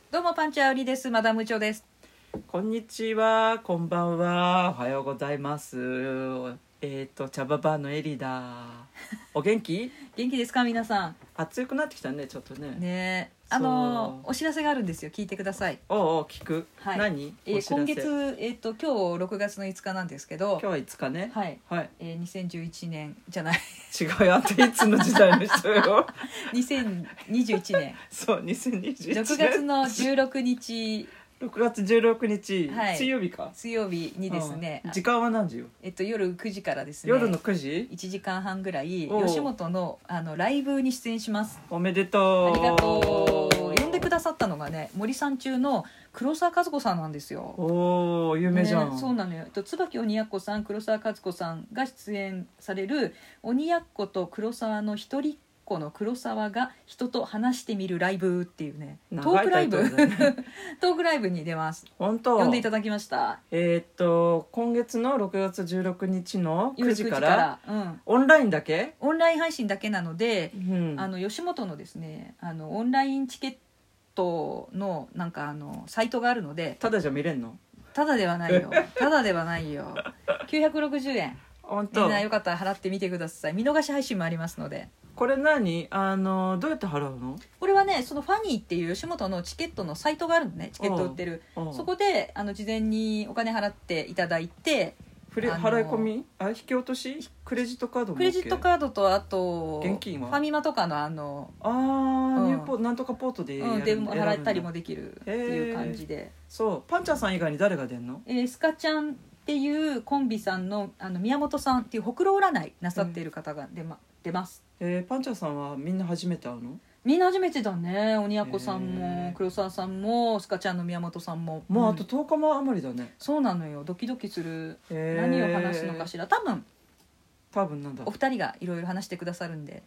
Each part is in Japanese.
どうもパンチャーウリです。マダムチョです。 こんにちは、こんばんは、おはようございます。茶ババのエリだ。お元気？ 元気ですか皆さん。 暑くなってきたね、ちょっとね。 ねえ、 そうお知らせがあるんですよ。聞いてください。 おう聞く。 はい、 何？お知らせ。 今月今日6月の5日なんですけど、 今日は5日ね。 はい。 はい。 2011年じゃない。 違うよ、あんたいつの時代の人よ。 2021年。 そう、2021年。 6月の16日。 6月16日、 はい、 水曜日か。 水曜日にですね。 時間は何時よ？ 夜9時からですね。 夜の9時 ？1時間半ぐらい吉本のライブに出演します。 おめでとう。 ありがとう。呼んでくださったのがね、森さん中の黒沢和子さんなんですよ。 おー、有名じゃん。 ね、そうなのよ。椿鬼奴さん、黒沢和子さんが出演される鬼奴と黒沢の一人っ子の黒沢が人と話してみるライブっていうね、トークライブ、ね、トークライブに出ます。 本当。 呼んでいただきました。 今月の6月16日の9時から、 うん、 オンラインだけ？ オンライン配信だけなので、 うん、 吉本のですね、オンラインチケットのなんかサイトがあるので、 ただじゃ見れんの？ ただではないよ。ただではないよ。960円。 本当。 みんなよかったら払ってみてください。見逃し配信もありますので。 これ何？どうやって払うの？ これはね、そのファニーっていう吉本のチケットのサイトがあるのね。チケット売ってる。そこで事前にお金払っていただいて、 払い込み？引き落とし？クレジットカードも OK？ クレジットカードとあと現金は？ ファミマとかのニューポートなんとかポートでで払ったりもできるっていう感じで。 そう。パンチャーさん以外に誰が出んの？ スカちゃんっていうコンビさんの宮本さんっていうほくろ占いなさっている方が出ます。 パンチャーさんはみんな初めて会うの？ みんな初めてだね。鬼奴さんも黒沢さんもスカちゃんの宮本さんも。 もうあと10日も余りだね。 そうなのよ。ドキドキする。何を話すのかしら。多分なんだ。お二人がいろいろ話してくださるんで。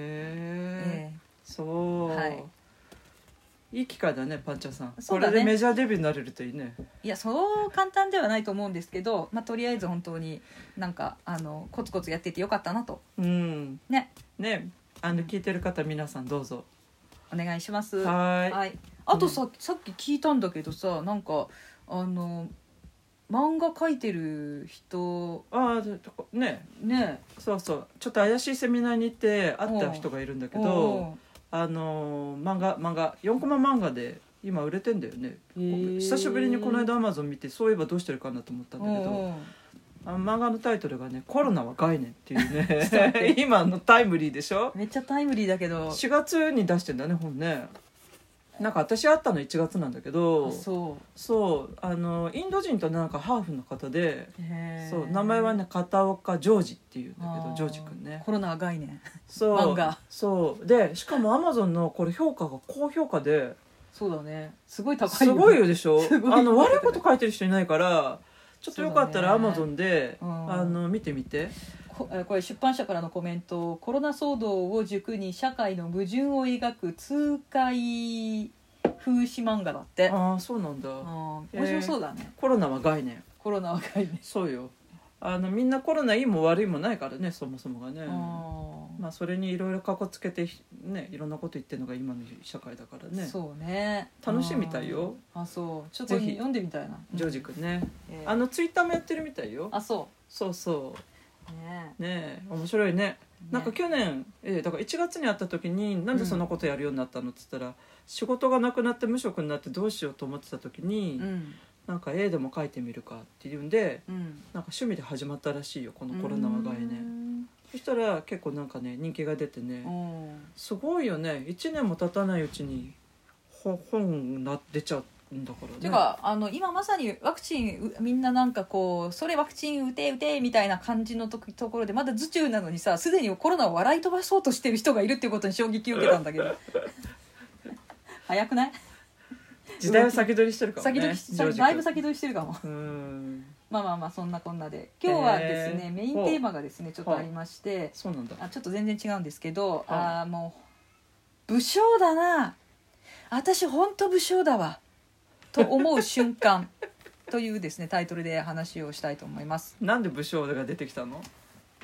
そう、はい、いい機会だねパンチャーさん。 そうだね、 これでメジャーデビューになれるといいね。 いやそう簡単ではないと思うんですけど、とりあえず本当になんかコツコツやっててよかったなと。ね聞いてる方皆さんどうぞお願いします。 はい。 あとさっき聞いたんだけどさ、なんか漫画描いてる人ねそうそう、ちょっと怪しいセミナーに行って会った人がいるんだけど、漫画4コマ漫画で今売れてんだよね。久しぶりにこの間アマゾン見て、そういえばどうしてるかなと思ったんだけど、漫画のタイトルがね、コロナは概念っていうね今タイムリーでしょ。 めっちゃタイムリーだけど、 4月に出してんだね本ね。なんか私会ったの1月なんだけど、そうインド人となんかハーフの方で、そう名前はね片岡ジョージっていうんだけど、ジョージくんね。 コロナは概念そう漫画そうで、しかもアマゾンのこれ評価が高評価で、 そうだね、すごい高いよ、 すごいよでしょ。悪いこと書いてる人いないから、ちょっとよかったらアマゾンで、見てみて。 これ出版社からのコメント。コロナ騒動を軸に社会の矛盾を描く痛快風刺漫画だって。 ああそうなんだ。 面白そうだね。 コロナは概念。 コロナは概念。 そうよ。みんなコロナいいも悪いもないからね、そもそもがね。それにいろいろかこつけてね、いろんなこと言ってるのが今の社会だからね。 そうね、 楽しいみたいよ。 そうちょっと読んでみたいな。 ジョージくんね、ツイッターもやってるみたいよ。そうね面白いね。なんか去年だから1月に会った時に、なんでそんなことやるようになったのって言ったら、仕事がなくなって無職になってどうしようと思ってた時に、なんか絵でも描いてみるかっていうんで、なんか趣味で始まったらしいよ、このコロナは概念。そしたら結構なんかね人気が出てね、すごいよね。1年も経たないうちに本が出ちゃうんだからね。 てか今まさにワクチンみんななんかこう、それワクチン打てみたいな感じのところで、まだ頭中なのにさ、すでにコロナを笑い飛ばそうとしてる人がいるっていうことに衝撃を受けたんだけど早くない？ 時代を先取りしてるかもね。 だいぶ先取りしてるかも。そんなこんなで今日はですね、メインテーマがですねちょっとありまして、 そうなんだ。 ちょっと全然違うんですけど、もう武将だな、私本当武将だわと思う瞬間というですねタイトルで話をしたいと思います。 なんで武将が出てきたの？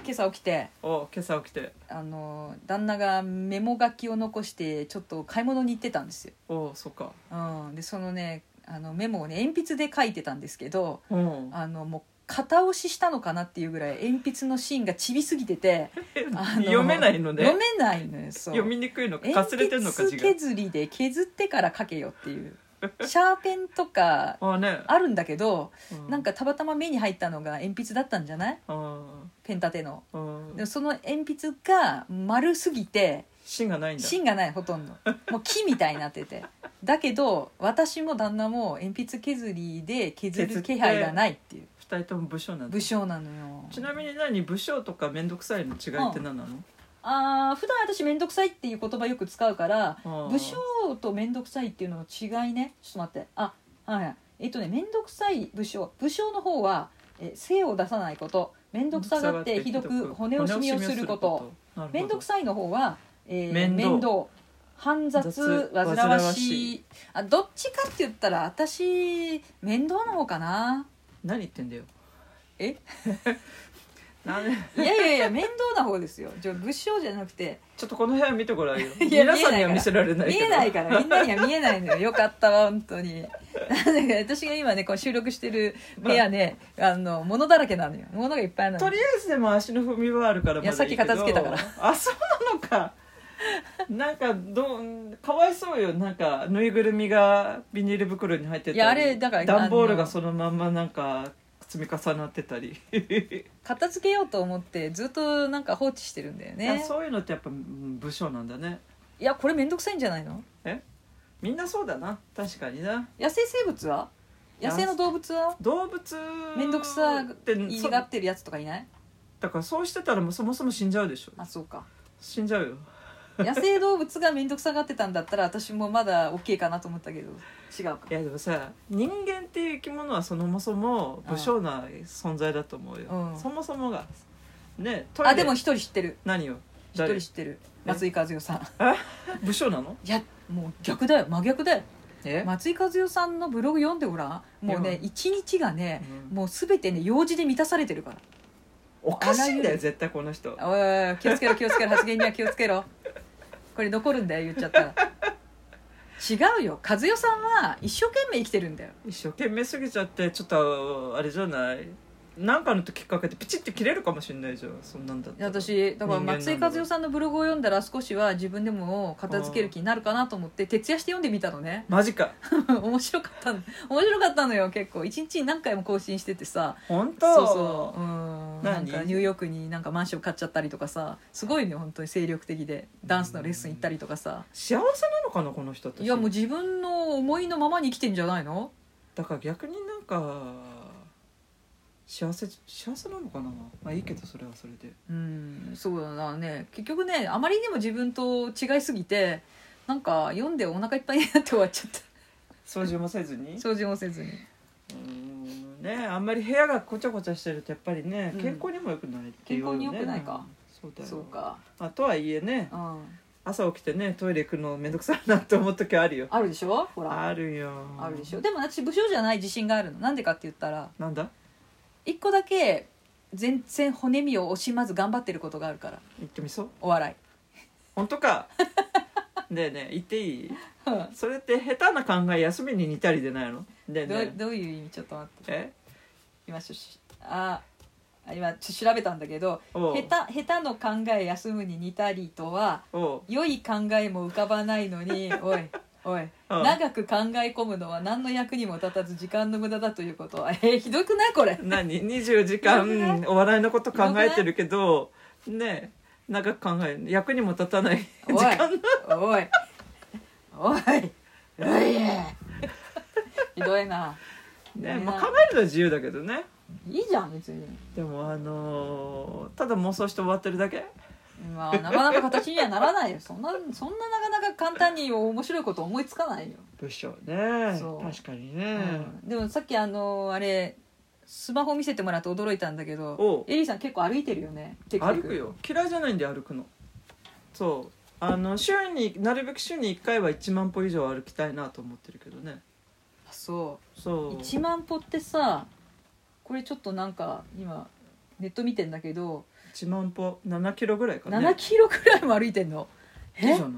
今朝起きて旦那がメモ書きを残してちょっと買い物に行ってたんですよ。 そっか。 でそのねメモをね鉛筆で書いてたんですけど、もう片押ししたのかなっていうぐらい鉛筆の芯がちびすぎてて読めないのね。 読めないのよ。そう読みにくいのかかすれてんのか。 鉛筆削りで削ってから書けよっていうシャーペンとかあるんだけど、なんかたまたま目に入ったのが鉛筆だったんじゃない？ペン立ての。でその鉛筆が丸すぎて芯がないんだ。 芯がない、ほとんどもう木みたいになっててだけど私も旦那も鉛筆削りで削る気配がないっていう。 2人とも武将なんだ。 武将なのよ。 ちなみに武将とか面倒くさいの違いって何なの？ 普段私面倒くさいっていう言葉よく使うから、武将と面倒くさいっていうのの違いね。ちょっと待って。面倒くさい武将の方は、精を出さないこと、面倒くさがってひどく骨惜しみをすること。面倒くさいの方は、面倒、煩雑、煩わしい。どっちかって言ったら私面倒の方かな。 何言ってんだよ。 いや面倒な方ですよ。武将じゃなくて。 ちょっとこの部屋見てごらんよ。皆さんには見せられないけど。 見えないからみんなには見えないのよ。よかったわ本当に。なんで私が今ねこう収録してる部屋ね、物だらけなのよ。物がいっぱいなの。 とりあえずでも足の踏みはあるからまだいいけど。いやさっき片付けたから。 そうなのか。なんかかわいそうよ。なんかぬいぐるみがビニール袋に入ってたり、いやあれだから段ボールがそのまんまなんか積み重なってたり片付けようと思ってずっとなんか放置してるんだよね。 そういうのってやっぱ武将なんだね。 いやこれめんどくさいんじゃないの？ みんなそうだな。確かにな。 野生生物は？野生の動物は？動物めんどくさって言いがってるやつとかいない？ だからそうしてたらもうそもそも死んじゃうでしょ。 そうか。 死んじゃうよ。 野生動物がめんどくさがってたんだったら私もまだ OK かなと思ったけど違うか。 いやでもさ、人間っていう生き物はそもそも武将な存在だと思うよ、そもそもがね。 でも一人知ってる。 何を？ 一人知ってる。松井和代さん。 武将なの？ いやもう逆だよ、真逆だよ。松井和代さんのブログ読んでごらん。もうね一日がね、もう全てね用事で満たされてるから。 おかしいんだよ絶対この人。 おい気をつけろ発言には気をつけろ。これ残るんだよ言っちゃったら。違うよ、和代さんは一生懸命生きてるんだよ。 一生懸命すぎちゃってちょっとあれじゃない？なんかのきっかけでピチッて切れるかもしれないじゃん。そんなんだったら。 私だから松井和代さんのブログを読んだら少しは自分でも片付ける気になるかなと思って徹夜して読んでみたのね。 マジか。 面白かったのよ。結構一日に何回も更新しててさ。 本当？ そうなんかニューヨークになんかマンション買っちゃったりとかさ、すごいね本当に精力的でダンスのレッスン行ったりとかさ。 幸せなのかなこの人たち。 いやもう自分の思いのままに生きてんじゃないの？ だから逆になんか幸せなのかな。まあいいけどそれはそれで。 そうだなね。結局ねあまりにも自分と違いすぎてなんか読んでお腹いっぱいになって終わっちゃった。 掃除もせずにね。あんまり部屋がこちゃこちゃしてるとやっぱりね、健康にも良くないっていうね。 健康に良くないか。 そうだよ。 そうか。 とはいえね、朝起きてねトイレ行くのめんどくさいなって思う時あるよ。 あるでしょ。ほらあるよ。 あるでしょ。でも私武将じゃない自信があるの。なんでかって言ったら、 なんだ？ 一個だけ全然骨身を惜しまず頑張ってることがあるから。 言ってみそう。 お笑い。 本当か。ねえねえ言っていい？それって下手な考え休みに似たりでないの？ どういう意味？ちょっと待って。今調べたんだけど、下手の考え休むに似たりとは良い考えも浮かばないのにおい長く考え込むのは何の役にも立たず時間の無駄だということはひどくないこれ。 何24時間お笑いのこと考えてるけどね、長く考える役にも立たない時間おいひどいな。 ね、まあ、考えるのは自由だけどね。 いいじゃん別に。 でもただ妄想して終わってるだけ。 まあなかなか形にはならないよ。そんななかなか簡単に面白いこと思いつかないよ。 武将ね。確かにね、 でもさっきあれスマホ見せてもらって驚いたんだけど、エリーさん結構歩いてるよね。 歩くよ。嫌いじゃないんで歩くの。そうなるべく週に1回は1万歩以上歩きたいなと思ってるけどね。 そう1万歩ってさ、これちょっとなんか今ネット見てんだけど 1万歩7キロぐらいかね。 7キロぐらいも歩いてんの？ じゃない。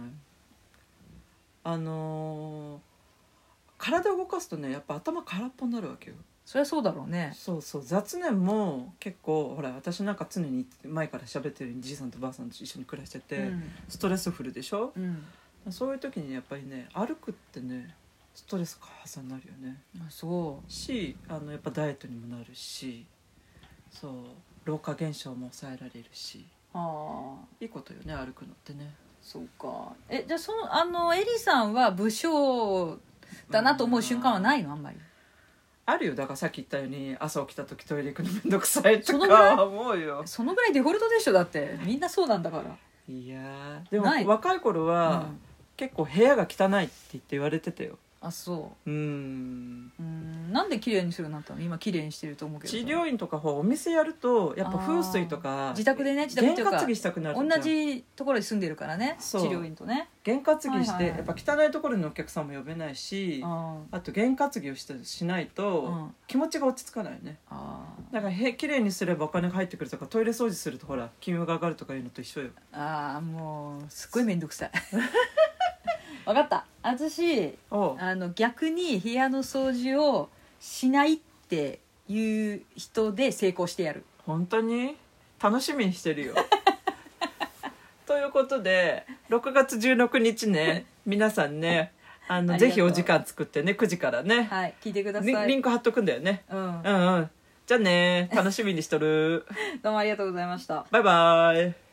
体を動かすとねやっぱ頭空っぽになるわけよ。 そりゃそうだろうね。 そうそう、雑念も結構ほら私なんか常に前から喋ってるじいさんとばあさんと一緒に暮らしてて、ストレスフルでしょ、そういう時にやっぱりね歩くってねストレス発散になるよね。 そうしやっぱダイエットにもなるし、そう老化現象も抑えられるし、いいことよね歩くのってね。 そうか。じゃあエリさんは武将だなと思う瞬間はないの？あんまり。 あるよ。だからさっき言ったように朝起きた時トイレ行くのめんどくさいとか思うよ。 そのぐらいデフォルトでしょ。だってみんなそうなんだから。 いやでも若い頃は、結構部屋が汚いって言われてたよ。 あ、そう。なんで綺麗にするようになったの？今綺麗にしてると思うけど。 治療院とかお店やるとやっぱ風水とか自宅でね、自宅っていうか験担ぎしたくなるじゃん。 同じところに住んでるからね、治療院とね。験担ぎして、やっぱ汚いところにお客さんも呼べないし、あと験担ぎをしないと気持ちが落ち着かないよね。だから綺麗にすればお金が入ってくるとか、トイレ掃除するとほら金運が上がるとかいうのと一緒よ。 もうすっごいめんどくさい。分かった。私逆に部屋の掃除をしないっていう人で成功してやる。 本当に楽しみにしてるよ。ということで6月16日ね皆さんねぜひお時間作ってね9時からね、 聞いてください。 リンク貼っとくんだよね。じゃあね楽しみにしとる。 どうもありがとうございました。 バイバイ。